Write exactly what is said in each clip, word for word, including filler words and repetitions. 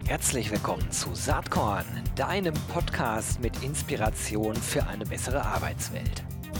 Herzlich willkommen zu Saatkorn, deinem Podcast mit Inspiration für eine bessere Arbeitswelt.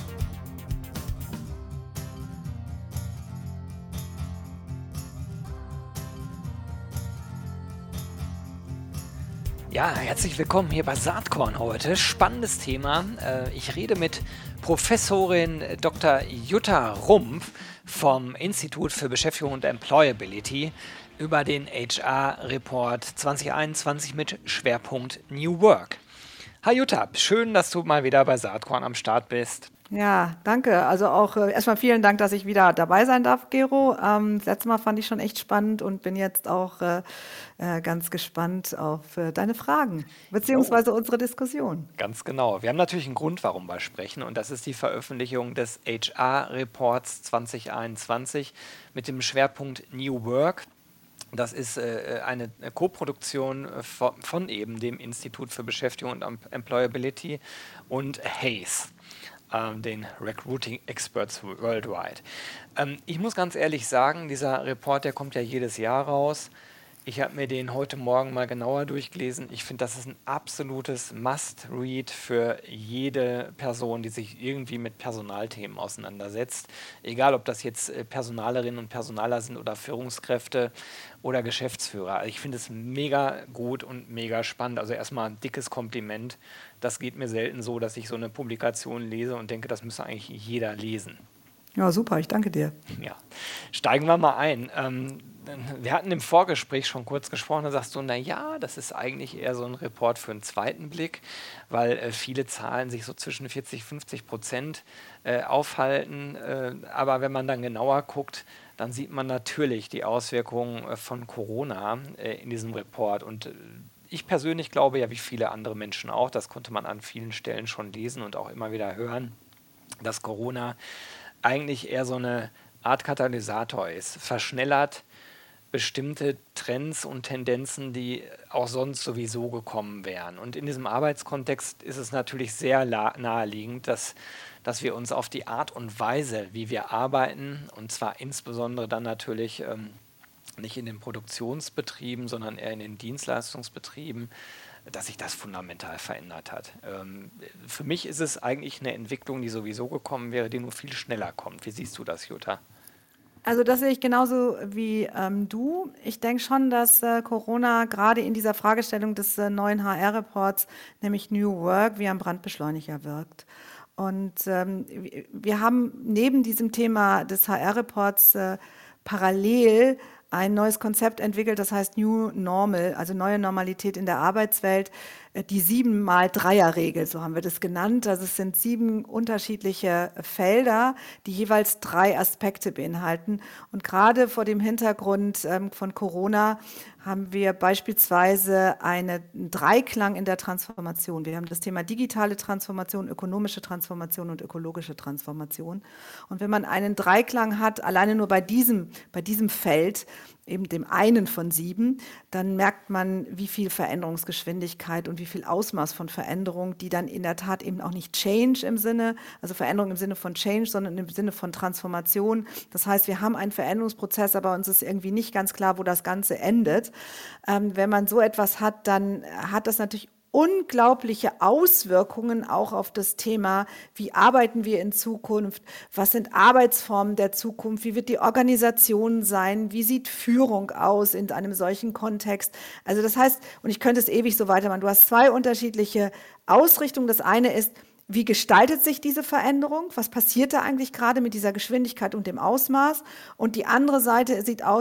Ja, herzlich willkommen hier bei Saatkorn heute. Spannendes Thema. Äh, Ich rede mit Professorin Doktor Jutta Rumpf vom Institut für Beschäftigung und Employability über den H R-Report zwanzig einundzwanzig mit Schwerpunkt New Work. Hi Jutta, schön, dass du mal wieder bei Saatkorn am Start bist. Ja, danke. Also auch äh, erstmal vielen Dank, dass ich wieder dabei sein darf, Gero. Ähm, das letzte Mal fand ich schon echt spannend und bin jetzt auch äh, äh, ganz gespannt auf äh, deine Fragen, Jo. beziehungsweise unsere Diskussion. Ganz genau. Wir haben natürlich einen Grund, warum wir sprechen, und das ist die Veröffentlichung des H R-Reports zwanzig einundzwanzig mit dem Schwerpunkt New Work. Das ist äh, eine Koproduktion äh, von, von eben dem Institut für Beschäftigung und Em- Employability und Hays, ähm, den Recruiting Experts Worldwide. Ähm, ich muss ganz ehrlich sagen, dieser Report, der kommt ja jedes Jahr raus. Ich habe mir den heute Morgen mal genauer durchgelesen. Ich finde, das ist ein absolutes Must-Read für jede Person, die sich irgendwie mit Personalthemen auseinandersetzt. Egal, ob das jetzt äh, Personalerinnen und Personaler sind oder Führungskräfte oder Geschäftsführer. Also ich finde es mega gut und mega spannend. Also erstmal ein dickes Kompliment. Das geht mir selten so, dass ich so eine Publikation lese und denke, das müsste eigentlich jeder lesen. Ja, super, ich danke dir. Ja, steigen wir mal ein. Ähm, wir hatten im Vorgespräch schon kurz gesprochen, da sagst du, na ja, das ist eigentlich eher so ein Report für einen zweiten Blick, weil äh, viele Zahlen sich so zwischen vierzig, fünfzig Prozent äh, aufhalten. Äh, aber wenn man dann genauer guckt, dann sieht man natürlich die Auswirkungen äh, von Corona äh, in diesem Report. Und äh, ich persönlich glaube ja, wie viele andere Menschen auch, das konnte man an vielen Stellen schon lesen und auch immer wieder hören, dass Corona eigentlich eher so eine Art Katalysator ist. Verschnellert bestimmte Trends und Tendenzen, die auch sonst sowieso gekommen wären. Und in diesem Arbeitskontext ist es natürlich sehr la- naheliegend, dass, dass wir uns auf die Art und Weise, wie wir arbeiten, und zwar insbesondere dann natürlich ähm, nicht in den Produktionsbetrieben, sondern eher in den Dienstleistungsbetrieben, dass sich das fundamental verändert hat. Ähm, für mich ist es eigentlich eine Entwicklung, die sowieso gekommen wäre, die nur viel schneller kommt. Wie siehst du das, Jutta? Also das sehe ich genauso wie ähm, du. Ich denke schon, dass äh, Corona gerade in dieser Fragestellung des äh, neuen H R-Reports, nämlich New Work, wie ein Brandbeschleuniger wirkt. Und ähm, wir wir haben neben diesem Thema des H R-Reports äh, parallel ein neues Konzept entwickelt, das heißt New Normal, also neue Normalität in der Arbeitswelt, äh, die sieben mal Dreier-Regel, so haben wir das genannt. Also es sind sieben unterschiedliche Felder, die jeweils drei Aspekte beinhalten. Und gerade vor dem Hintergrund ähm, von Corona haben wir beispielsweise eine, einen Dreiklang in der Transformation. Wir haben das Thema digitale Transformation, ökonomische Transformation und ökologische Transformation. Und wenn man einen Dreiklang hat, alleine nur bei diesem, bei diesem Feld, eben dem einen von sieben, dann merkt man, wie viel Veränderungsgeschwindigkeit und wie viel Ausmaß von Veränderung, die dann in der Tat eben auch nicht Change im Sinne, also Veränderung im Sinne von Change, sondern im Sinne von Transformation. Das heißt, wir haben einen Veränderungsprozess, aber uns ist irgendwie nicht ganz klar, wo das Ganze endet. Ähm, wenn man so etwas hat, dann hat das natürlich unglaubliche Auswirkungen auch auf das Thema, wie arbeiten wir in Zukunft, was sind Arbeitsformen der Zukunft, wie wird die Organisation sein, wie sieht Führung aus in einem solchen Kontext. Also das heißt, und ich könnte es ewig so weitermachen, du hast zwei unterschiedliche Ausrichtungen. Das eine ist, wie gestaltet sich diese Veränderung? Was passiert da eigentlich gerade mit dieser Geschwindigkeit und dem Ausmaß? Und die andere Seite sieht aus,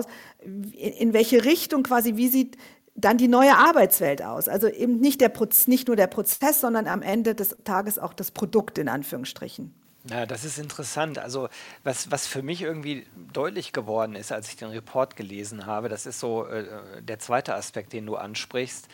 in welche Richtung quasi, wie sieht dann die neue Arbeitswelt aus. Also eben nicht, der Proz nicht nur der Prozess, sondern am Ende des Tages auch das Produkt in Anführungsstrichen. Ja, das ist interessant. Also, was, was für mich irgendwie deutlich geworden ist, als ich den Report gelesen habe, das ist so äh, der zweite Aspekt, den du ansprichst,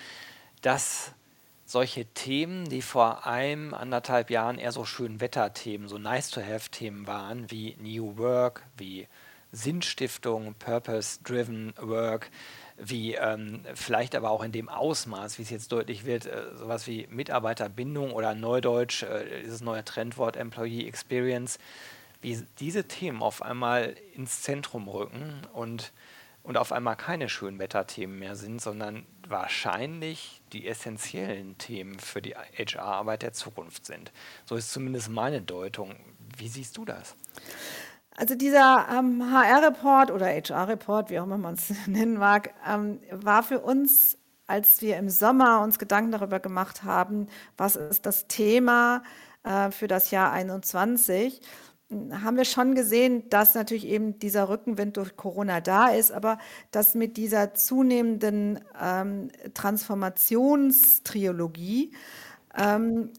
dass solche Themen, die vor einem, anderthalb Jahren eher so Schönwetterthemen, so Nice-to-have-Themen waren, wie New Work, wie Sinnstiftung, Purpose-Driven Work, wie ähm, vielleicht aber auch in dem Ausmaß, wie es jetzt deutlich wird, äh, sowas wie Mitarbeiterbindung oder Neudeutsch, äh, dieses neue Trendwort Employee Experience, wie diese Themen auf einmal ins Zentrum rücken und und auf einmal keine Schönwetterthemen mehr sind, sondern wahrscheinlich die essentiellen Themen für die H R-Arbeit der Zukunft sind. So ist zumindest meine Deutung. Wie siehst du das? Also dieser ähm, H R-Report oder H R-Report, wie auch immer man es nennen mag, ähm, war für uns, als wir im Sommer uns Gedanken darüber gemacht haben, was ist das Thema äh, für das Jahr einundzwanzig, m, haben wir schon gesehen, dass natürlich eben dieser Rückenwind durch Corona da ist, aber dass mit dieser zunehmenden ähm, Transformationstrilogie ähm,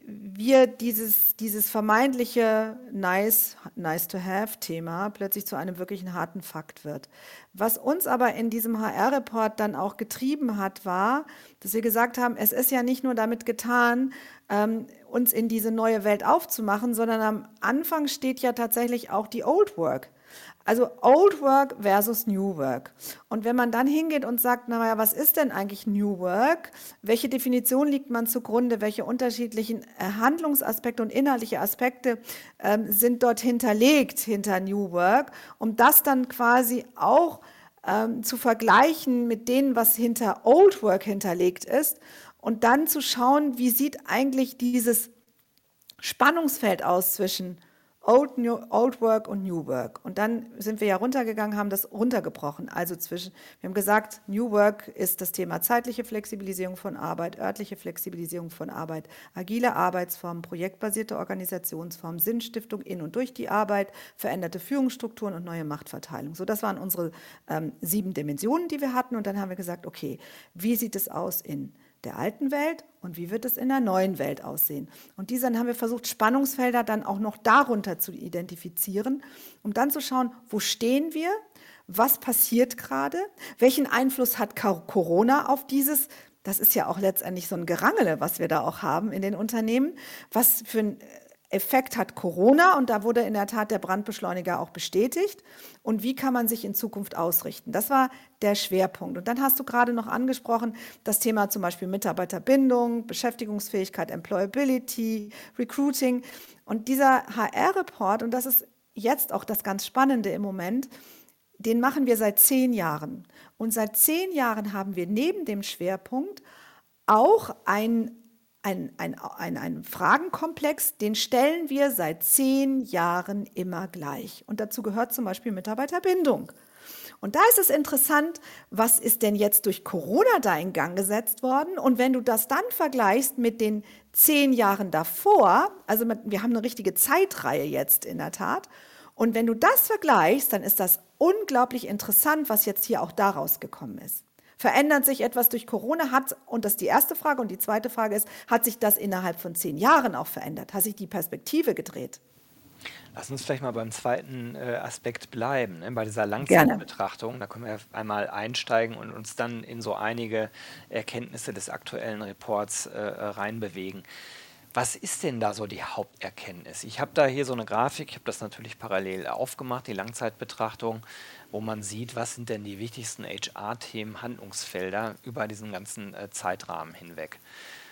wir dieses, dieses vermeintliche nice, nice to have Thema plötzlich zu einem wirklichen harten Fakt wird. Was uns aber in diesem H R-Report dann auch getrieben hat, war, dass wir gesagt haben, es ist ja nicht nur damit getan, ähm, uns in diese neue Welt aufzumachen, sondern am Anfang steht ja tatsächlich auch die Old Work. Also Old Work versus New Work. Und wenn man dann hingeht und sagt, naja, was ist denn eigentlich New Work? Welche Definition liegt man zugrunde? Welche unterschiedlichen äh, Handlungsaspekte und inhaltliche Aspekte ähm, sind dort hinterlegt hinter New Work? Um das dann quasi auch ähm, zu vergleichen mit denen, was hinter Old Work hinterlegt ist und dann zu schauen, wie sieht eigentlich dieses Spannungsfeld aus zwischen Old, New, Old Work und New Work. Und dann sind wir ja runtergegangen, haben das runtergebrochen. Also zwischen, wir haben gesagt, New Work ist das Thema zeitliche Flexibilisierung von Arbeit, örtliche Flexibilisierung von Arbeit, agile Arbeitsformen, projektbasierte Organisationsformen, Sinnstiftung in und durch die Arbeit, veränderte Führungsstrukturen und neue Machtverteilung. So, das waren unsere ähm, sieben Dimensionen, die wir hatten. Und dann haben wir gesagt, okay, wie sieht es aus in der alten Welt und wie wird es in der neuen Welt aussehen. Und diese dann haben wir versucht, Spannungsfelder dann auch noch darunter zu identifizieren, um dann zu schauen, wo stehen wir, was passiert gerade, welchen Einfluss hat Corona auf dieses, das ist ja auch letztendlich so ein Gerangele, was wir da auch haben in den Unternehmen, was für ein Effekt hat Corona und da wurde in der Tat der Brandbeschleuniger auch bestätigt. Und wie kann man sich in Zukunft ausrichten? Das war der Schwerpunkt. Und dann hast du gerade noch angesprochen, das Thema zum Beispiel Mitarbeiterbindung, Beschäftigungsfähigkeit, Employability, Recruiting. Und dieser H R-Report, und das ist jetzt auch das ganz Spannende im Moment, den machen wir seit zehn Jahren. Und seit zehn Jahren haben wir neben dem Schwerpunkt auch ein Ein, ein, ein, ein Fragenkomplex, den stellen wir seit zehn Jahren immer gleich. Und dazu gehört zum Beispiel Mitarbeiterbindung. Und da ist es interessant, was ist denn jetzt durch Corona da in Gang gesetzt worden? Und wenn du das dann vergleichst mit den zehn Jahren davor, also mit, wir haben eine richtige Zeitreihe jetzt in der Tat, und wenn du das vergleichst, dann ist das unglaublich interessant, was jetzt hier auch daraus gekommen ist. Verändert sich etwas durch Corona? Hat, und das ist die erste Frage. Und die zweite Frage ist, hat sich das innerhalb von zehn Jahren auch verändert? Hat sich die Perspektive gedreht? Lass uns vielleicht mal beim zweiten äh, Aspekt bleiben, ne? Bei dieser Gerne. Langzeitbetrachtung. Da können wir einmal einsteigen und uns dann in so einige Erkenntnisse des aktuellen Reports äh, reinbewegen. Was ist denn da so die Haupterkenntnis? Ich habe da hier so eine Grafik, ich habe das natürlich parallel aufgemacht, die Langzeitbetrachtung, wo man sieht, was sind denn die wichtigsten H R-Themen, Handlungsfelder über diesen ganzen äh, Zeitrahmen hinweg.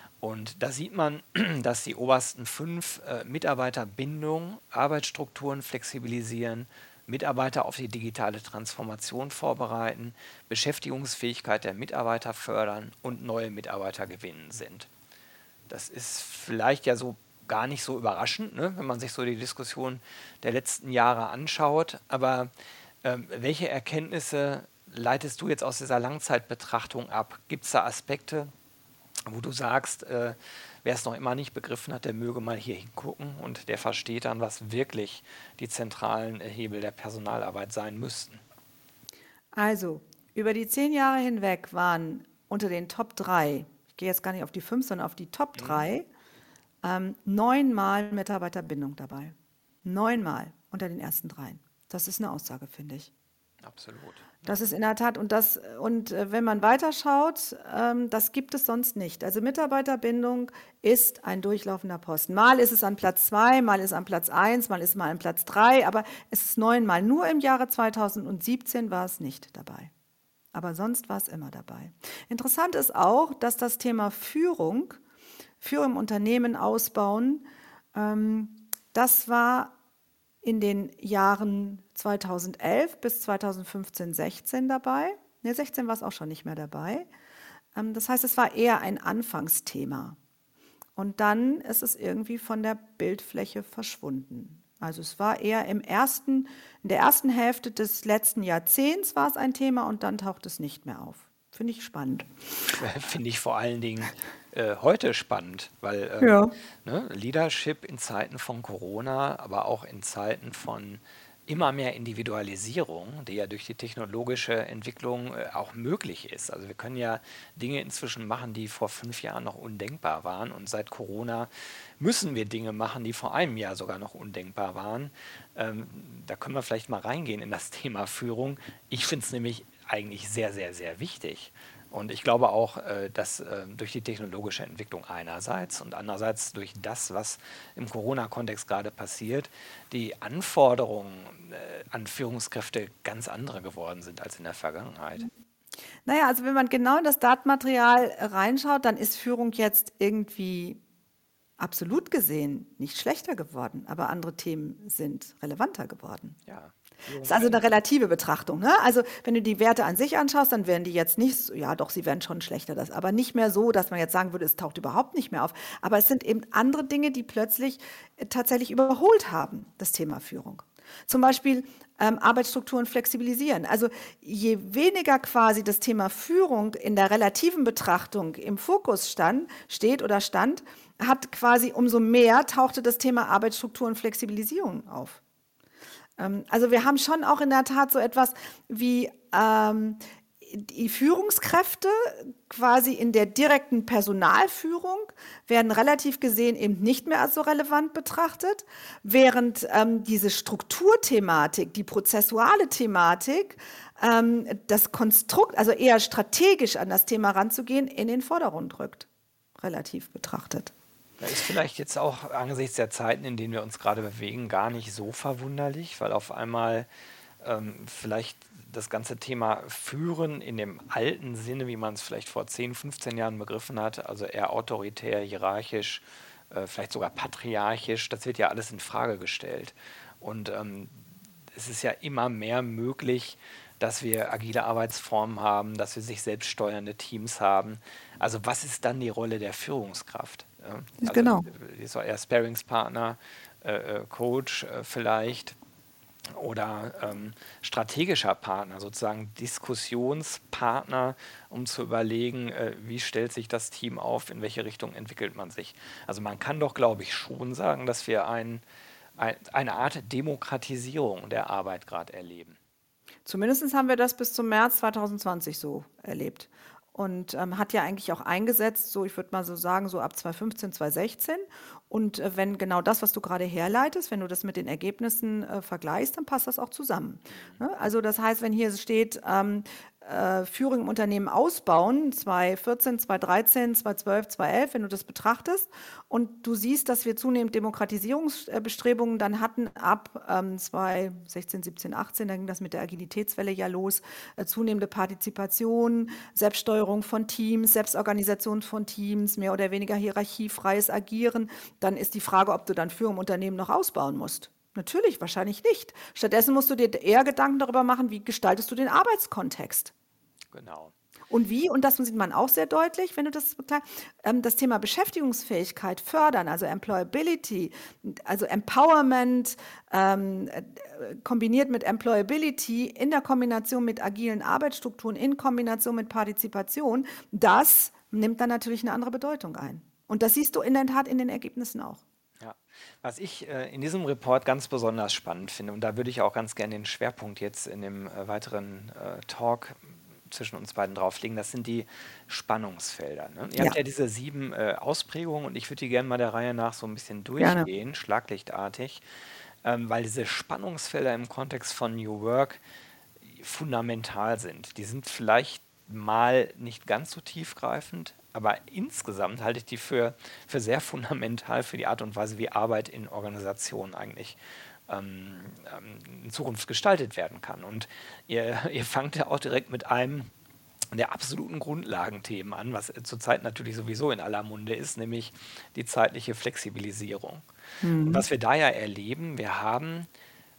Und da sieht man, dass die obersten fünf äh, Mitarbeiterbindung, Arbeitsstrukturen flexibilisieren, Mitarbeiter auf die digitale Transformation vorbereiten, Beschäftigungsfähigkeit der Mitarbeiter fördern und neue Mitarbeiter gewinnen sind. Das ist vielleicht ja so gar nicht so überraschend, ne, wenn man sich so die Diskussion der letzten Jahre anschaut. Aber ähm, welche Erkenntnisse leitest du jetzt aus dieser Langzeitbetrachtung ab? Gibt es da Aspekte, wo du sagst, äh, wer es noch immer nicht begriffen hat, der möge mal hier hingucken und der versteht dann, was wirklich die zentralen äh, Hebel der Personalarbeit sein müssten? Also, über die zehn Jahre hinweg waren unter den Top drei, ich gehe jetzt gar nicht auf die fünf, sondern auf die Top Mhm. drei, ähm, neunmal Mitarbeiterbindung dabei. Neunmal unter den ersten dreien. Das ist eine Aussage, finde ich. Absolut. Ja. Das ist in der Tat, und das, und äh, wenn man weiterschaut, ähm, das gibt es sonst nicht. Also Mitarbeiterbindung ist ein durchlaufender Posten. Mal ist es an Platz zwei, mal ist es an Platz eins, mal ist es mal an Platz drei, aber es ist neunmal. Nur im Jahre zweitausendsiebzehn war es nicht dabei. Aber sonst war es immer dabei. Interessant ist auch, dass das Thema Führung, Führung im Unternehmen ausbauen, ähm, das war in den Jahren zweitausendelf bis zweitausendfünfzehn, sechzehn dabei. Ne, sechzehn war es auch schon nicht mehr dabei. Ähm, das heißt, es war eher ein Anfangsthema. Und dann ist es irgendwie von der Bildfläche verschwunden. Also es war eher im ersten, in der ersten Hälfte des letzten Jahrzehnts war es ein Thema und dann taucht es nicht mehr auf. Finde ich spannend. Finde ich vor allen Dingen äh, heute spannend, weil ähm, Ja. ne, Leadership in Zeiten von Corona, aber auch in Zeiten von immer mehr Individualisierung, die ja durch die technologische Entwicklung äh, auch möglich ist. Also wir können ja Dinge inzwischen machen, die vor fünf Jahren noch undenkbar waren. Und seit Corona müssen wir Dinge machen, die vor einem Jahr sogar noch undenkbar waren. Ähm, da können wir vielleicht mal reingehen in das Thema Führung. Ich finde es nämlich eigentlich sehr, sehr, sehr wichtig. Und ich glaube auch, äh, dass äh, durch die technologische Entwicklung einerseits und andererseits durch das, was im Corona-Kontext gerade passiert, die Anforderungen äh, an Führungskräfte ganz andere geworden sind als in der Vergangenheit. Naja, also wenn man genau in das Datenmaterial reinschaut, dann ist Führung jetzt irgendwie absolut gesehen nicht schlechter geworden, aber andere Themen sind relevanter geworden. Ja, Das Führung ist also eine verändert. relative Betrachtung. Ne? Also wenn du die Werte an sich anschaust, dann werden die jetzt nicht, so- ja doch, sie werden schon schlechter, das, aber nicht mehr so, dass man jetzt sagen würde, es taucht überhaupt nicht mehr auf. Aber es sind eben andere Dinge, die plötzlich äh, tatsächlich überholt haben, das Thema Führung. Zum Beispiel ähm, Arbeitsstrukturen flexibilisieren. Also je weniger quasi das Thema Führung in der relativen Betrachtung im Fokus stand, steht oder stand, hat quasi umso mehr tauchte das Thema Arbeitsstruktur und Flexibilisierung auf. Ähm, also wir haben schon auch in der Tat so etwas wie ähm, die Führungskräfte quasi in der direkten Personalführung werden relativ gesehen eben nicht mehr als so relevant betrachtet, während ähm, diese Strukturthematik, die prozessuale Thematik, ähm, das Konstrukt, also eher strategisch an das Thema ranzugehen, in den Vordergrund rückt, relativ betrachtet. Da ist vielleicht jetzt auch angesichts der Zeiten, in denen wir uns gerade bewegen, gar nicht so verwunderlich, weil auf einmal ähm, vielleicht das ganze Thema Führen in dem alten Sinne, wie man es vielleicht vor zehn, fünfzehn Jahren begriffen hat, also eher autoritär, hierarchisch, äh, vielleicht sogar patriarchisch, das wird ja alles in Frage gestellt. Und ähm, es ist ja immer mehr möglich, dass wir agile Arbeitsformen haben, dass wir sich selbst steuernde Teams haben. Also was ist dann die Rolle der Führungskraft? Ja, also Genau. die ist doch eher Sparingspartner, äh, äh, Coach äh, vielleicht oder ähm, strategischer Partner, sozusagen Diskussionspartner, um zu überlegen, äh, wie stellt sich das Team auf, in welche Richtung entwickelt man sich. Also man kann doch, glaube ich, schon sagen, dass wir ein, ein, eine Art Demokratisierung der Arbeit gerade erleben. Zumindest haben wir das bis zum März zweitausendzwanzig so erlebt. Und ähm, hat ja eigentlich auch eingesetzt, so ich würde mal so sagen, so ab zweitausendfünfzehn, zweitausendsechzehn. Und äh, wenn genau das, was du gerade herleitest, wenn du das mit den Ergebnissen äh, vergleichst, dann passt das auch zusammen. Mhm. Ne? Also das heißt, wenn hier steht, ähm, äh, Führung im Unternehmen ausbauen, zweitausendvierzehn, zweitausenddreizehn, zweitausendzwölf, zweitausendelf, wenn du das betrachtest und du siehst, dass wir zunehmend Demokratisierungsbestrebungen dann hatten ab ähm, zweitausendsechzehn, siebzehn, achtzehn, da ging das mit der Agilitätswelle ja los, äh, zunehmende Partizipation, Selbststeuerung von Teams, Selbstorganisation von Teams, mehr oder weniger hierarchiefreies Agieren, dann ist die Frage, ob du dann Führung im Unternehmen noch ausbauen musst. Natürlich, wahrscheinlich nicht. Stattdessen musst du dir eher Gedanken darüber machen, wie gestaltest du den Arbeitskontext. Genau. Und wie, und das sieht man auch sehr deutlich, wenn du das ähm, das Thema Beschäftigungsfähigkeit fördern, also Employability, also Empowerment ähm, äh, kombiniert mit Employability in der Kombination mit agilen Arbeitsstrukturen, in Kombination mit Partizipation, das nimmt dann natürlich eine andere Bedeutung ein. Und das siehst du in der Tat in den Ergebnissen auch. Ja, was ich äh, in diesem Report ganz besonders spannend finde, und da würde ich auch ganz gerne den Schwerpunkt jetzt in dem äh, weiteren äh, Talk zwischen uns beiden drauflegen, das sind die Spannungsfelder. Ne? Ihr habt Ja, ja diese sieben äh, Ausprägungen und ich würde die gerne mal der Reihe nach so ein bisschen gerne. durchgehen, schlaglichtartig, ähm, weil diese Spannungsfelder im Kontext von New Work fundamental sind. Die sind vielleicht mal nicht ganz so tiefgreifend, aber insgesamt halte ich die für, für sehr fundamental für die Art und Weise, wie Arbeit in Organisationen eigentlich ähm, ähm, in Zukunft gestaltet werden kann. Und ihr, ihr fangt ja auch direkt mit einem der absoluten Grundlagenthemen an, was zurzeit natürlich sowieso in aller Munde ist, nämlich die zeitliche Flexibilisierung. Und Mhm. was wir da ja erleben, wir haben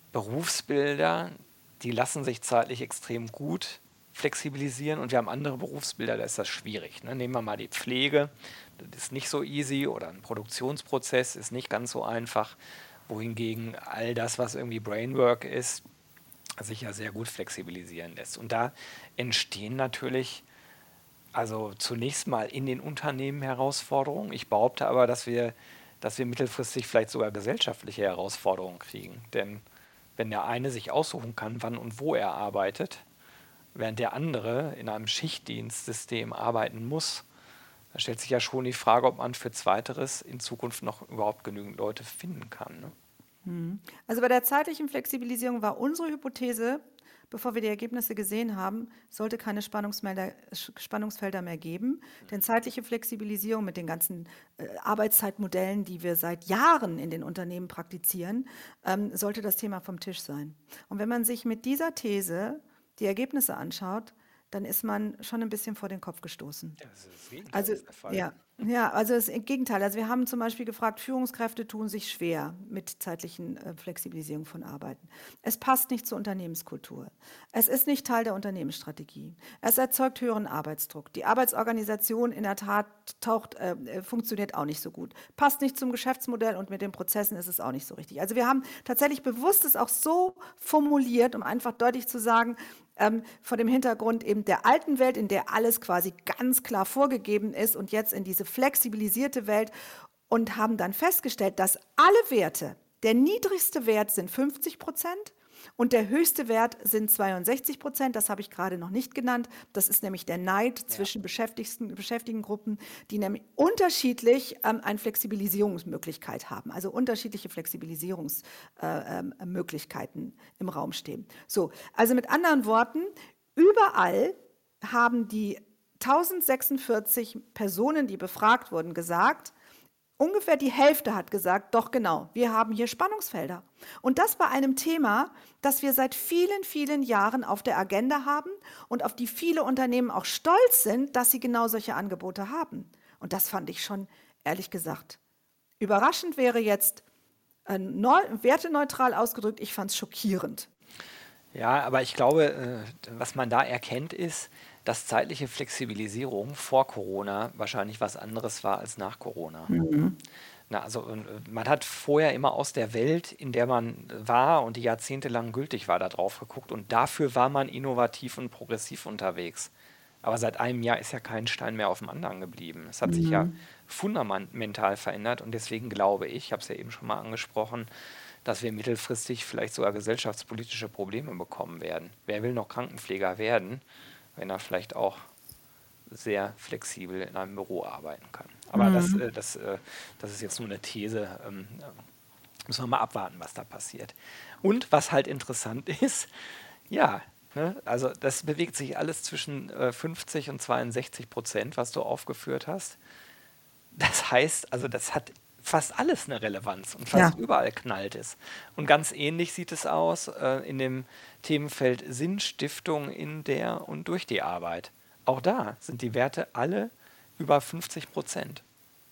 Berufsbilder, die lassen sich zeitlich extrem gut flexibilisieren und wir haben andere Berufsbilder, da ist das schwierig. Ne? Nehmen wir mal die Pflege, das ist nicht so easy oder ein Produktionsprozess ist nicht ganz so einfach, wohingegen all das, was irgendwie Brainwork ist, sich ja sehr gut flexibilisieren lässt. Und da entstehen natürlich also zunächst mal in den Unternehmen Herausforderungen. Ich behaupte aber, dass wir, dass wir mittelfristig vielleicht sogar gesellschaftliche Herausforderungen kriegen. Denn wenn der eine sich aussuchen kann, wann und wo er arbeitet, während der andere in einem Schichtdienstsystem arbeiten muss, da stellt sich ja schon die Frage, ob man für Zweiteres in Zukunft noch überhaupt genügend Leute finden kann. Ne? Also bei der zeitlichen Flexibilisierung war unsere Hypothese, bevor wir die Ergebnisse gesehen haben, sollte keine Spannungsmelder, Sch- Spannungsfelder mehr geben. Denn zeitliche Flexibilisierung mit den ganzen äh, Arbeitszeitmodellen, die wir seit Jahren in den Unternehmen praktizieren, ähm, sollte das Thema vom Tisch sein. Und wenn man sich mit dieser These die Ergebnisse anschaut, dann ist man schon ein bisschen vor den Kopf gestoßen. Ja, das ist das Gegenteil Also ist der Fall. ja, ja, also das Gegenteil. Also wir haben zum Beispiel gefragt, Führungskräfte tun sich schwer mit zeitlichen äh, Flexibilisierung von Arbeiten. Es passt nicht zur Unternehmenskultur. Es ist nicht Teil der Unternehmensstrategie. Es erzeugt höheren Arbeitsdruck. Die Arbeitsorganisation in der Tat taucht, äh, äh, funktioniert auch nicht so gut. Passt nicht zum Geschäftsmodell und mit den Prozessen ist es auch nicht so richtig. Also wir haben tatsächlich bewusst es auch so formuliert, um einfach deutlich zu sagen, ähm, vor dem Hintergrund eben der alten Welt, in der alles quasi ganz klar vorgegeben ist und jetzt in diese flexibilisierte Welt und haben dann festgestellt, dass alle Werte, der niedrigste Wert sind fünfzig Prozent und der höchste Wert sind zweiundsechzig Prozent. Das habe ich gerade noch nicht genannt. Das ist nämlich der Neid Ja. zwischen Beschäftigten, Beschäftigtengruppen, die nämlich unterschiedlich ähm, eine Flexibilisierungsmöglichkeit haben, also unterschiedliche Flexibilisierungsmöglichkeiten im Raum stehen. So, also mit anderen Worten, überall haben die tausendsechsundvierzig Personen, die befragt wurden, gesagt, ungefähr die Hälfte hat gesagt, doch genau, wir haben hier Spannungsfelder. Und das bei einem Thema, das wir seit vielen, vielen Jahren auf der Agenda haben und auf die viele Unternehmen auch stolz sind, dass sie genau solche Angebote haben. Und das fand ich schon, ehrlich gesagt, überraschend wäre jetzt äh, neu, werteneutral ausgedrückt, ich fand es schockierend. Ja, aber ich glaube, äh, was man da erkennt, ist, dass zeitliche Flexibilisierung vor Corona wahrscheinlich was anderes war als nach Corona. Na, also und, äh, man hat vorher immer aus der Welt, in der man war und die jahrzehntelang gültig war, da drauf geguckt und dafür war man innovativ und progressiv unterwegs. Aber seit einem Jahr ist ja kein Stein mehr auf dem anderen geblieben. Es hat sich ja fundamental verändert und deswegen glaube ich, ich habe es ja eben schon mal angesprochen, dass wir mittelfristig vielleicht sogar gesellschaftspolitische Probleme bekommen werden. Wer will noch Krankenpfleger werden, wenn er vielleicht auch sehr flexibel in einem Büro arbeiten kann? Aber das, äh, das, äh, das ist jetzt nur eine These. Ähm, äh, müssen wir mal abwarten, was da passiert. Und was halt interessant ist, ja, ne, also das bewegt sich alles zwischen äh, fünfzig und zweiundsechzig Prozent, was du aufgeführt hast. Das heißt, also das hat fast alles eine Relevanz und fast Ja. überall knallt es. Und ganz ähnlich sieht es aus äh, in dem Themenfeld Sinnstiftung in der und durch die Arbeit. Auch da sind die Werte alle über fünfzig Prozent.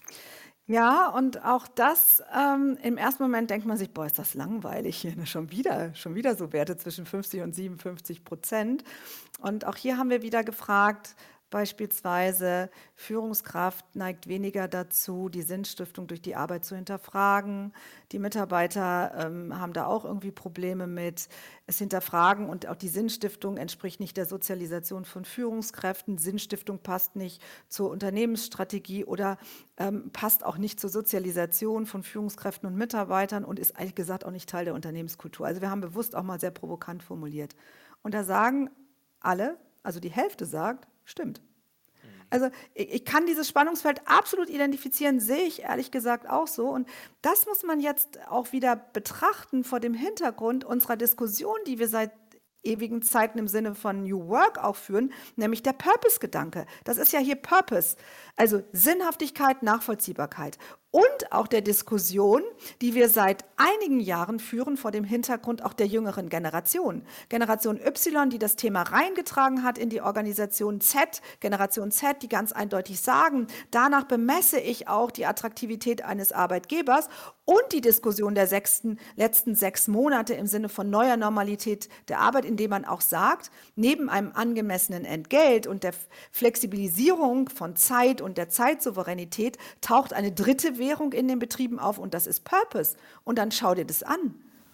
Ja, und auch das, ähm, im ersten Moment denkt man sich, boah, ist das langweilig hier, ne? Schon wieder, schon wieder so Werte zwischen fünfzig und siebenundfünfzig Prozent. Und auch hier haben wir wieder gefragt, beispielsweise Führungskraft neigt weniger dazu, die Sinnstiftung durch die Arbeit zu hinterfragen. Die Mitarbeiter ähm, haben da auch irgendwie Probleme mit. Es hinterfragen und auch die Sinnstiftung entspricht nicht der Sozialisation von Führungskräften. Sinnstiftung passt nicht zur Unternehmensstrategie oder ähm, passt auch nicht zur Sozialisation von Führungskräften und Mitarbeitern und ist ehrlich gesagt auch nicht Teil der Unternehmenskultur. Also wir haben bewusst auch mal sehr provokant formuliert. Und da sagen alle, also die Hälfte sagt, stimmt. Also ich, ich kann dieses Spannungsfeld absolut identifizieren, sehe ich ehrlich gesagt auch so. Und das muss man jetzt auch wieder betrachten vor dem Hintergrund unserer Diskussion, die wir seit ewigen Zeiten im Sinne von New Work auch führen, nämlich der Purpose-Gedanke. Das ist ja hier Purpose, also Sinnhaftigkeit, Nachvollziehbarkeit. und auch der Diskussion, die wir seit einigen Jahren führen vor dem Hintergrund auch der jüngeren Generation. Generation Y, die das Thema reingetragen hat in die Organisation Z, Generation Z, die ganz eindeutig sagen, danach bemesse ich auch die Attraktivität eines Arbeitgebers, und die Diskussion der sechsten, letzten sechs Monate im Sinne von neuer Normalität der Arbeit, indem man auch sagt, neben einem angemessenen Entgelt und der Flexibilisierung von Zeit und der Zeitsouveränität taucht eine dritte Währung in den Betrieben auf, und das ist Purpose. Und dann schau dir das an.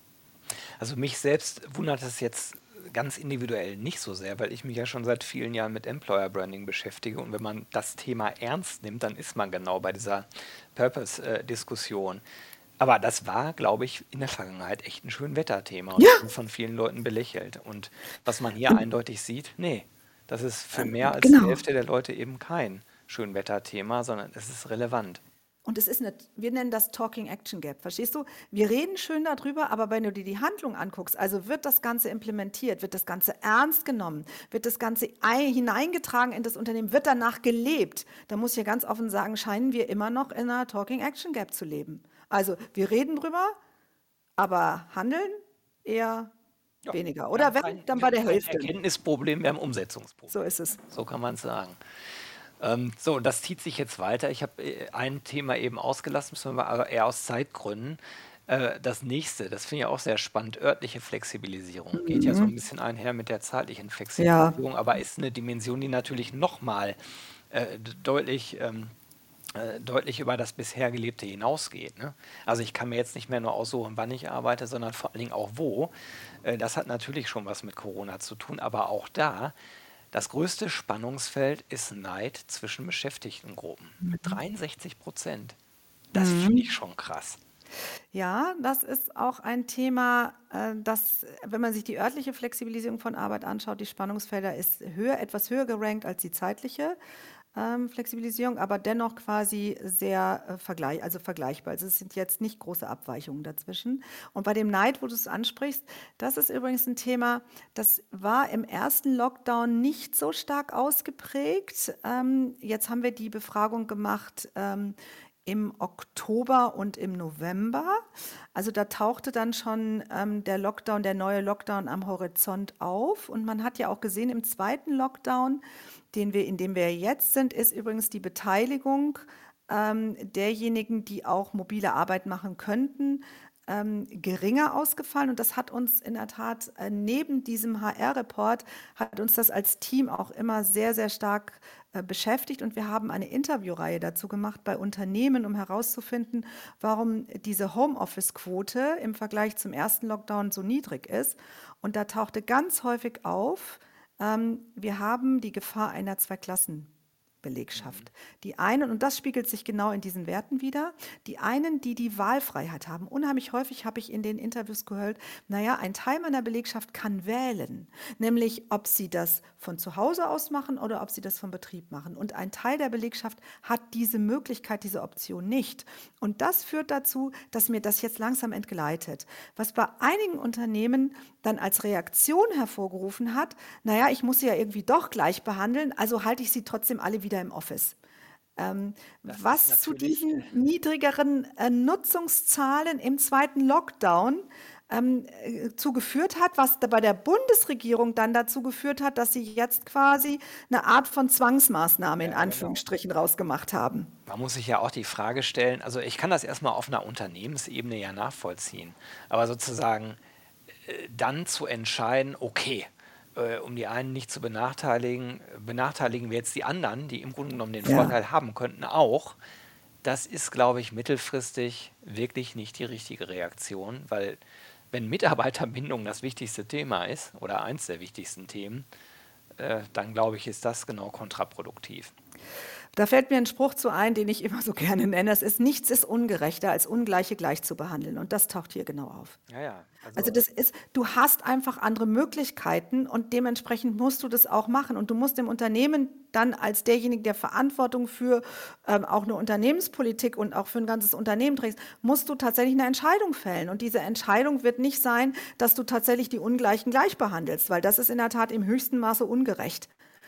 Also mich selbst wundert es jetzt ganz individuell nicht so sehr, weil ich mich ja schon seit vielen Jahren mit Employer Branding beschäftige, und wenn man das Thema ernst nimmt, dann ist man genau bei dieser Purpose-Diskussion. Aber das war, glaube ich, in der Vergangenheit echt ein Schönwetterthema und Ja, wurde von vielen Leuten belächelt. Und was man hier eindeutig sieht, nee, das ist für mehr als die genau. Hälfte der Leute eben kein Schönwetterthema, sondern es ist relevant. Und es ist eine, wir nennen das Talking Action Gap, verstehst du? Wir reden schön darüber, aber wenn du dir die Handlung anguckst, also wird das Ganze implementiert, wird das Ganze ernst genommen, wird das Ganze ei- hineingetragen in das Unternehmen, wird danach gelebt, da muss ich ja ganz offen sagen, scheinen wir immer noch in einer Talking Action Gap zu leben. Also wir reden drüber, aber handeln eher Ja, weniger. wir haben Oder wenn, kein, dann wir bei haben der kein Hälfte. Erkenntnisproblem, wir haben ein So Umsetzungsproblem. ist es. So kann man es sagen. Ähm, so, und das zieht sich jetzt weiter. Ich habe äh, ein Thema eben ausgelassen, müssen wir aber eher aus Zeitgründen. Äh, das nächste, das finde ich auch sehr spannend, örtliche Flexibilisierung. Geht ja so ein bisschen einher mit der zeitlichen Ja, Flexibilisierung, aber ist eine Dimension, die natürlich nochmal äh, d- deutlich, ähm, äh, deutlich über das bisher Gelebte hinausgeht. Ne? Also ich kann mir jetzt nicht mehr nur aussuchen, wann ich arbeite, sondern vor allen Dingen auch wo. Äh, das hat natürlich schon was mit Corona zu tun, aber auch da, das größte Spannungsfeld ist Neid zwischen Beschäftigtengruppen mit dreiundsechzig Prozent. Das finde ich schon krass. ja, das ist auch ein Thema, äh, das, wenn man sich die örtliche Flexibilisierung von Arbeit anschaut, die Spannungsfelder ist höher, etwas höher gerankt als die zeitliche ähm, Flexibilisierung, aber dennoch quasi sehr äh, vergleich, also vergleichbar. Also es sind jetzt nicht große Abweichungen dazwischen. Und bei dem Neid, wo du es ansprichst, das ist übrigens ein Thema, das war im ersten Lockdown nicht so stark ausgeprägt. Ähm, jetzt haben wir die Befragung gemacht. Ähm, im Oktober und im November. Also da tauchte dann schon ähm, der Lockdown, der neue Lockdown am Horizont auf. Und man hat ja auch gesehen, im zweiten Lockdown, den wir, in dem wir jetzt sind, ist übrigens die Beteiligung ähm, derjenigen, die auch mobile Arbeit machen könnten, ähm, geringer ausgefallen. Und das hat uns in der Tat äh, neben diesem H R-Report, hat uns das als Team auch immer sehr, sehr stark äh, beschäftigt. Und wir haben eine Interviewreihe dazu gemacht bei Unternehmen, um herauszufinden, warum diese Homeoffice-Quote im Vergleich zum ersten Lockdown so niedrig ist. Und da tauchte ganz häufig auf, ähm, wir haben die Gefahr einer Zweiklassen. Belegschaft. Die einen, und das spiegelt sich genau in diesen Werten wider, die einen, die die Wahlfreiheit haben. Unheimlich häufig habe ich in den Interviews gehört, naja, ein Teil meiner Belegschaft kann wählen, nämlich ob sie das von zu Hause aus machen oder ob sie das vom Betrieb machen. Und ein Teil der Belegschaft hat diese Möglichkeit, diese Option nicht. Und das führt dazu, dass mir das jetzt langsam entgleitet. Was bei einigen Unternehmen dann als Reaktion hervorgerufen hat, naja, ich muss sie ja irgendwie doch gleich behandeln, also halte ich sie trotzdem alle wieder im Office. Ähm, Das ist was zu natürlich, diesen niedrigeren äh, Nutzungszahlen im zweiten Lockdown ähm, äh, zugeführt hat, was da bei der Bundesregierung dann dazu geführt hat, dass sie jetzt quasi eine Art von Zwangsmaßnahme in ja, genau. Anführungsstrichen rausgemacht haben. Man muss sich ja auch die Frage stellen, also ich kann das erstmal auf einer Unternehmensebene ja nachvollziehen, aber sozusagen äh, dann zu entscheiden, okay, äh, um die einen nicht zu benachteiligen, benachteiligen wir jetzt die anderen, die im Grunde genommen den Ja. Vorteil haben könnten, auch. Das ist, glaube ich, mittelfristig wirklich nicht die richtige Reaktion, weil wenn Mitarbeiterbindung das wichtigste Thema ist oder eins der wichtigsten Themen, äh, dann glaube ich, ist das genau kontraproduktiv. Da fällt mir ein Spruch zu ein, den ich immer so gerne nenne. Es ist nichts ist ungerechter, als Ungleiche gleich zu behandeln. Und das taucht hier genau auf. Ja, ja, Also also das ist, du hast einfach andere Möglichkeiten und dementsprechend musst du das auch machen. Und du musst im Unternehmen dann als derjenige, der Verantwortung für ähm, auch eine Unternehmenspolitik und auch für ein ganzes Unternehmen trägst, musst du tatsächlich eine Entscheidung fällen. Und diese Entscheidung wird nicht sein, dass du tatsächlich die Ungleichen gleich behandelst, weil das ist in der Tat im höchsten Maße ungerecht.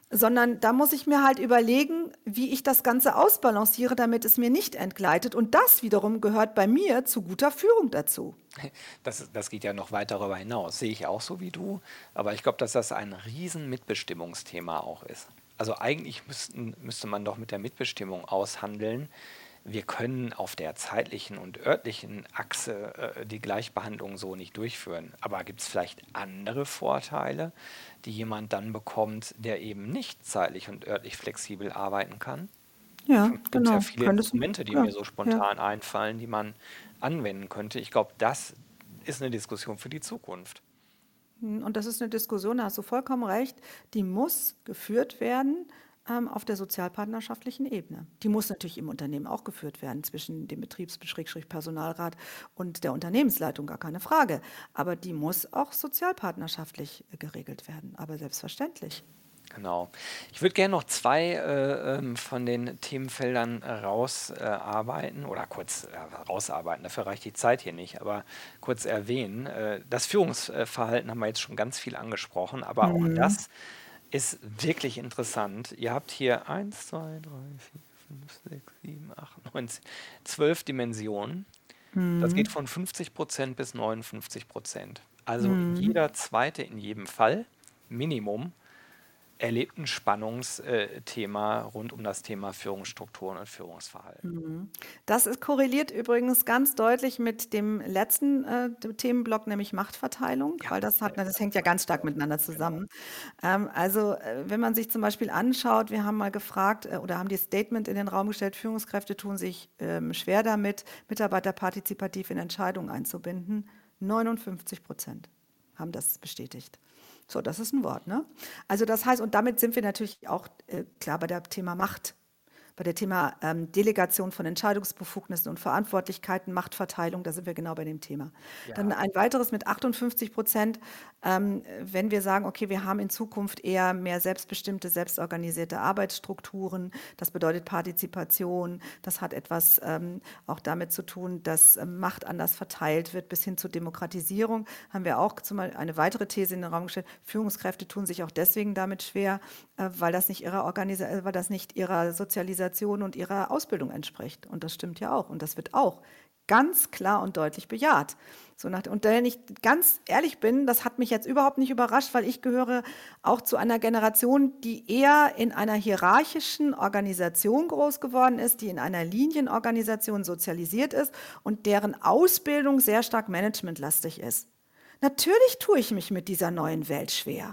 sondern da muss ich mir halt überlegen, wie ich das Ganze ausbalanciere, damit es mir nicht entgleitet. Und das wiederum gehört bei mir zu guter Führung dazu. Das, das geht ja noch weit darüber hinaus, sehe ich auch so wie du, aber ich glaube, dass das ein riesen Mitbestimmungsthema auch ist. Also eigentlich müssten, müsste man doch mit der Mitbestimmung aushandeln. Wir können auf der zeitlichen und örtlichen Achse äh, die Gleichbehandlung so nicht durchführen. Aber gibt es vielleicht andere Vorteile, die jemand dann bekommt, der eben nicht zeitlich und örtlich flexibel arbeiten kann? Ja, Gibt es ja genau. viele Könntest du, Instrumente, die ja, mir so ja. spontan einfallen, die man anwenden könnte. Ich glaube, das ist eine Diskussion für die Zukunft. Hm, Und das ist eine Diskussion, da hast du vollkommen recht, die muss geführt werden ähm, auf der sozialpartnerschaftlichen Ebene. Die muss natürlich im Unternehmen auch geführt werden, zwischen dem Betriebs-Personalrat und der Unternehmensleitung, gar keine Frage. Aber die muss auch sozialpartnerschaftlich äh, geregelt werden, aber selbstverständlich. Genau. Ich würde gerne noch zwei äh, ähm, von den Themenfeldern rausarbeiten äh, arbeiten oder kurz äh, rausarbeiten, dafür reicht die Zeit hier nicht, aber kurz erwähnen. Äh, das Führungsverhalten haben wir jetzt schon ganz viel angesprochen, aber auch Mhm. das ist wirklich interessant. Ihr habt hier eins, zwei, drei, vier, fünf, sechs, sieben, acht, neun, zehn, zwölf Dimensionen. Das geht Mhm. von fünfzig Prozent bis neunundfünfzig Prozent. Also Mhm. jeder zweite in jedem Fall, Minimum, erlebt ein Spannungsthema rund um das Thema Führungsstrukturen und Führungsverhalten. Mhm. Das ist korreliert übrigens ganz deutlich mit dem letzten äh, Themenblock, nämlich Machtverteilung, Ja, weil das ja, hat, das das hängt ja meine ganz ich stark auch. miteinander Genau. zusammen. Ähm, also, äh, wenn man sich zum Beispiel anschaut, wir haben mal gefragt äh, oder haben die Statement in den Raum gestellt, Führungskräfte tun sich ähm, schwer damit, Mitarbeiter partizipativ in Entscheidungen einzubinden. neunundfünfzig Prozent haben das bestätigt. So, das ist ein Wort, ne? Also das heißt, und damit sind wir natürlich auch äh, klar bei der Thema Macht, bei der Thema ähm, Delegation von Entscheidungsbefugnissen und Verantwortlichkeiten, Machtverteilung, da sind wir genau bei dem Thema. Dann Ja, ein weiteres mit achtundfünfzig Prozent, ähm, wenn wir sagen, okay, wir haben in Zukunft eher mehr selbstbestimmte, selbstorganisierte Arbeitsstrukturen, das bedeutet Partizipation, das hat etwas ähm, auch damit zu tun, dass ähm, Macht anders verteilt wird, bis hin zur Demokratisierung, haben wir auch zum Beispiel eine weitere These in den Raum gestellt. Führungskräfte tun sich auch deswegen damit schwer, äh, weil das nicht ihrer Organisa äh, weil das nicht ihrer Sozialisation und ihrer Ausbildung entspricht. Und das stimmt ja auch. Und das wird auch ganz klar und deutlich bejaht. So nach, und wenn ich ganz ehrlich bin, das hat mich jetzt überhaupt nicht überrascht, weil ich gehöre auch zu einer Generation, die eher in einer hierarchischen Organisation groß geworden ist, die in einer Linienorganisation sozialisiert ist und deren Ausbildung sehr stark managementlastig ist. Natürlich tue ich mich mit dieser neuen Welt schwer.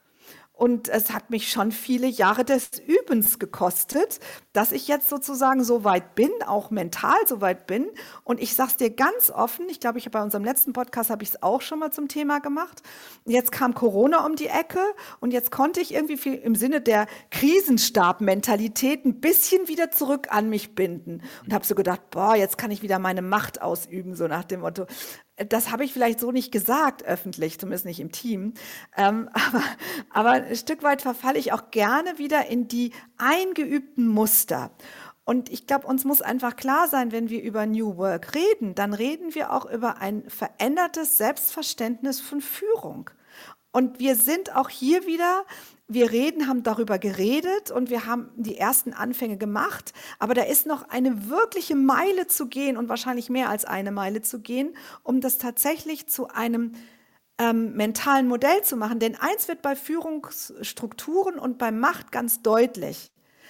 Und es hat mich schon viele Jahre des Übens gekostet, dass ich jetzt sozusagen so weit bin, auch mental so weit bin. Und ich sage es dir ganz offen, ich glaube, ich habe bei unserem letzten Podcast habe ich es auch schon mal zum Thema gemacht. Jetzt kam Corona um die Ecke und jetzt konnte ich irgendwie viel im Sinne der Krisenstab-Mentalität ein bisschen wieder zurück an mich binden und habe so gedacht, boah, jetzt kann ich wieder meine Macht ausüben, so nach dem Motto. Das habe ich vielleicht so nicht gesagt, öffentlich, zumindest nicht im Team. Ähm, aber, aber ein Stück weit verfalle ich auch gerne wieder in die eingeübten Muster. Und ich glaube, uns muss einfach klar sein, wenn wir über New Work reden, dann reden wir auch über ein verändertes Selbstverständnis von Führung. Und wir sind auch hier wieder, wir reden, haben darüber geredet und wir haben die ersten Anfänge gemacht, aber da ist noch eine wirkliche Meile zu gehen und wahrscheinlich mehr als eine Meile zu gehen, um das tatsächlich zu einem ähm, mentalen Modell zu machen. Denn eins wird bei Führungsstrukturen und bei Macht ganz deutlich.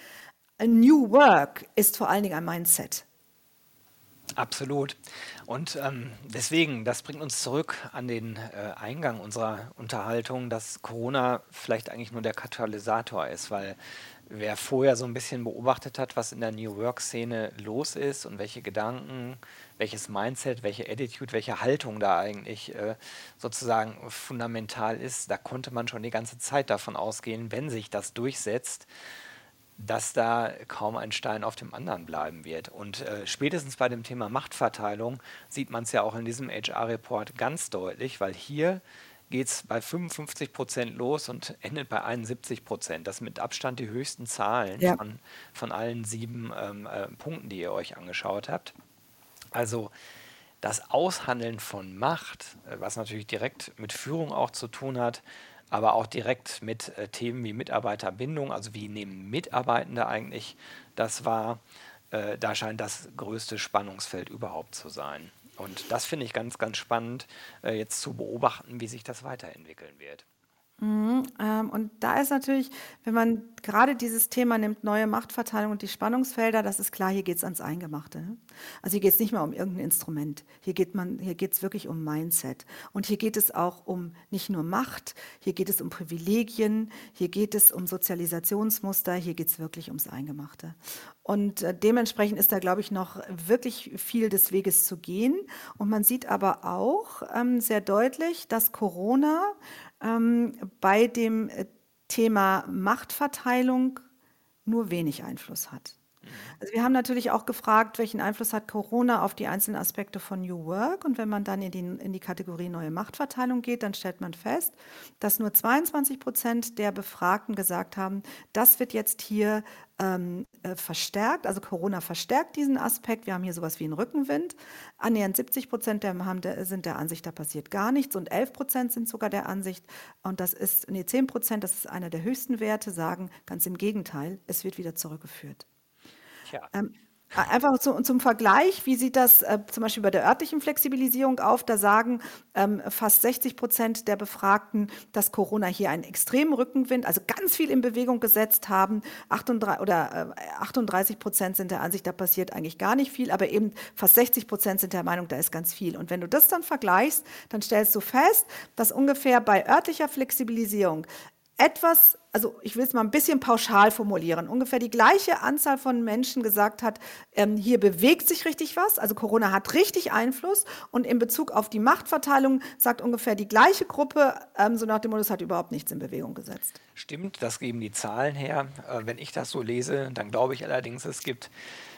A New Work ist vor allen Dingen ein Mindset. absolut. Und ähm, deswegen, das bringt uns zurück an den äh, Eingang unserer Unterhaltung, dass Corona vielleicht eigentlich nur der Katalysator ist, weil wer vorher so ein bisschen beobachtet hat, was in der New Work-Szene los ist und welche Gedanken, welches Mindset, welche Attitude, welche Haltung da eigentlich äh, sozusagen fundamental ist, da konnte man schon die ganze Zeit davon ausgehen, wenn sich das durchsetzt, dass da kaum ein Stein auf dem anderen bleiben wird. Und äh, spätestens bei dem Thema Machtverteilung sieht man es ja auch in diesem H R-Report ganz deutlich, weil hier geht es bei fünfundfünfzig Prozent los und endet bei einundsiebzig Prozent. Das sind mit Abstand die höchsten Zahlen Ja. von, von allen sieben ähm, äh, Punkten, die ihr euch angeschaut habt. Also das Aushandeln von Macht, äh, was natürlich direkt mit Führung auch zu tun hat, aber auch direkt mit äh, Themen wie Mitarbeiterbindung, also wie nehmen Mitarbeitende eigentlich das wahr. Äh, da scheint das größte Spannungsfeld überhaupt zu sein. Und das finde ich ganz, ganz spannend, äh, jetzt zu beobachten, wie sich das weiterentwickeln wird. Mhm, ähm, und da ist natürlich, wenn man gerade dieses Thema nimmt, neue Machtverteilung und die Spannungsfelder, das ist klar, hier geht es ans Eingemachte. Ne? Also hier geht es nicht mehr um irgendein Instrument. Hier geht man, hier geht es wirklich um Mindset. Und hier geht es auch um nicht nur Macht, hier geht es um Privilegien, hier geht es um Sozialisationsmuster, hier geht es wirklich ums Eingemachte. Und äh, dementsprechend ist da, glaube ich, noch wirklich viel des Weges zu gehen. Und man sieht aber auch ähm, sehr deutlich, dass Corona ähm, bei dem äh, Thema Machtverteilung nur wenig Einfluss hat. Mhm. Also wir haben natürlich auch gefragt, welchen Einfluss hat Corona auf die einzelnen Aspekte von New Work? Und wenn man dann in die, in die Kategorie neue Machtverteilung geht, dann stellt man fest, dass nur zweiundzwanzig Prozent der Befragten gesagt haben, das wird jetzt hier ähm, äh, verstärkt. Also Corona verstärkt diesen Aspekt. Wir haben hier sowas wie einen Rückenwind. Annähernd siebzig Prozent der, haben der, sind der Ansicht, da passiert gar nichts. Und elf Prozent sind sogar der Ansicht, und das ist, nee, zehn Prozent, das ist einer der höchsten Werte, sagen ganz im Gegenteil, es wird wieder zurückgeführt. Tja, Ähm, Einfach zu, zum Vergleich, wie sieht das äh, zum Beispiel bei der örtlichen Flexibilisierung auf? Da sagen ähm, fast sechzig Prozent der Befragten, dass Corona hier einen extremen Rückenwind, also ganz viel in Bewegung gesetzt haben. achtunddreißig, oder äh, achtunddreißig Prozent sind der Ansicht, da passiert eigentlich gar nicht viel, aber eben fast sechzig Prozent sind der Meinung, da ist ganz viel. Und wenn du das dann vergleichst, dann stellst du fest, dass ungefähr bei örtlicher Flexibilisierung etwas, also ich will es mal ein bisschen pauschal formulieren, ungefähr die gleiche Anzahl von Menschen gesagt hat, ähm, hier bewegt sich richtig was, also Corona hat richtig Einfluss, und in Bezug auf die Machtverteilung sagt ungefähr die gleiche Gruppe, ähm, so nach dem Motto, es hat überhaupt nichts in Bewegung gesetzt. stimmt, das geben die Zahlen her. Äh, wenn ich das so lese, dann glaube ich allerdings, es gibt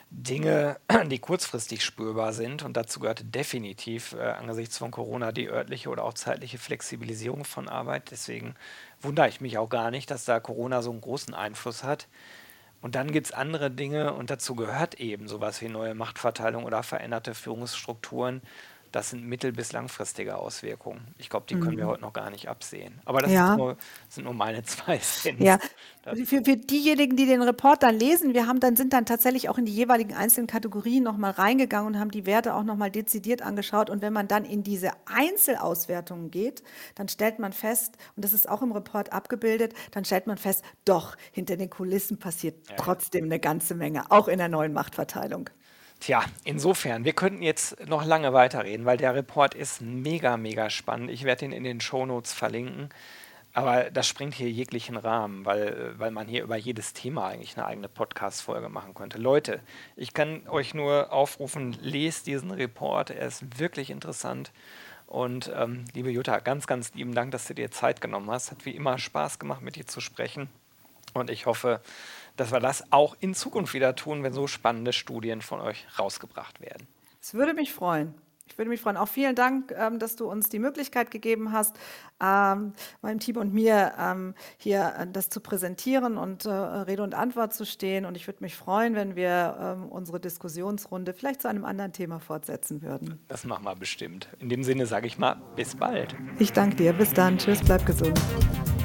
Dinge, die kurzfristig spürbar sind. Und dazu gehört definitiv äh, angesichts von Corona die örtliche oder auch zeitliche Flexibilisierung von Arbeit. Deswegen wundere ich mich auch gar nicht, dass da Corona so einen großen Einfluss hat. Und dann gibt es andere Dinge und dazu gehört eben sowas wie neue Machtverteilung oder veränderte Führungsstrukturen. Das sind mittel- bis langfristige Auswirkungen. Ich glaube, die können wir heute noch gar nicht absehen. Aber das ist Ja. nur, sind nur meine zwei Ja, Cents für, dazu. für diejenigen, die den Report dann lesen, wir haben dann, sind dann tatsächlich auch in die jeweiligen einzelnen Kategorien nochmal reingegangen und haben die Werte auch nochmal dezidiert angeschaut. Und wenn man dann in diese Einzelauswertungen geht, dann stellt man fest, und das ist auch im Report abgebildet, dann stellt man fest, doch, hinter den Kulissen passiert Ja, ja. trotzdem eine ganze Menge, auch in der neuen Machtverteilung. Tja, insofern, wir könnten jetzt noch lange weiterreden, weil der Report ist mega, mega spannend. Ich werde ihn in den Shownotes verlinken. Aber das sprengt hier jeglichen Rahmen, weil, weil man hier über jedes Thema eigentlich eine eigene Podcast-Folge machen könnte. Leute, ich kann euch nur aufrufen, lest diesen Report, er ist wirklich interessant. Und ähm, liebe Jutta, ganz, ganz lieben Dank, dass du dir Zeit genommen hast. Hat wie immer Spaß gemacht, mit dir zu sprechen. Und ich hoffe, dass wir das auch in Zukunft wieder tun, wenn so spannende Studien von euch rausgebracht werden. Es würde mich freuen. Ich würde mich freuen. Auch vielen Dank, ähm, dass du uns die Möglichkeit gegeben hast, ähm, meinem Team und mir ähm, hier äh, das zu präsentieren und äh, Rede und Antwort zu stehen. Und ich würde mich freuen, wenn wir ähm, unsere Diskussionsrunde vielleicht zu einem anderen Thema fortsetzen würden. Das machen wir bestimmt. In dem Sinne sage ich mal, bis bald. Ich danke dir. Bis dann. Tschüss, bleib gesund.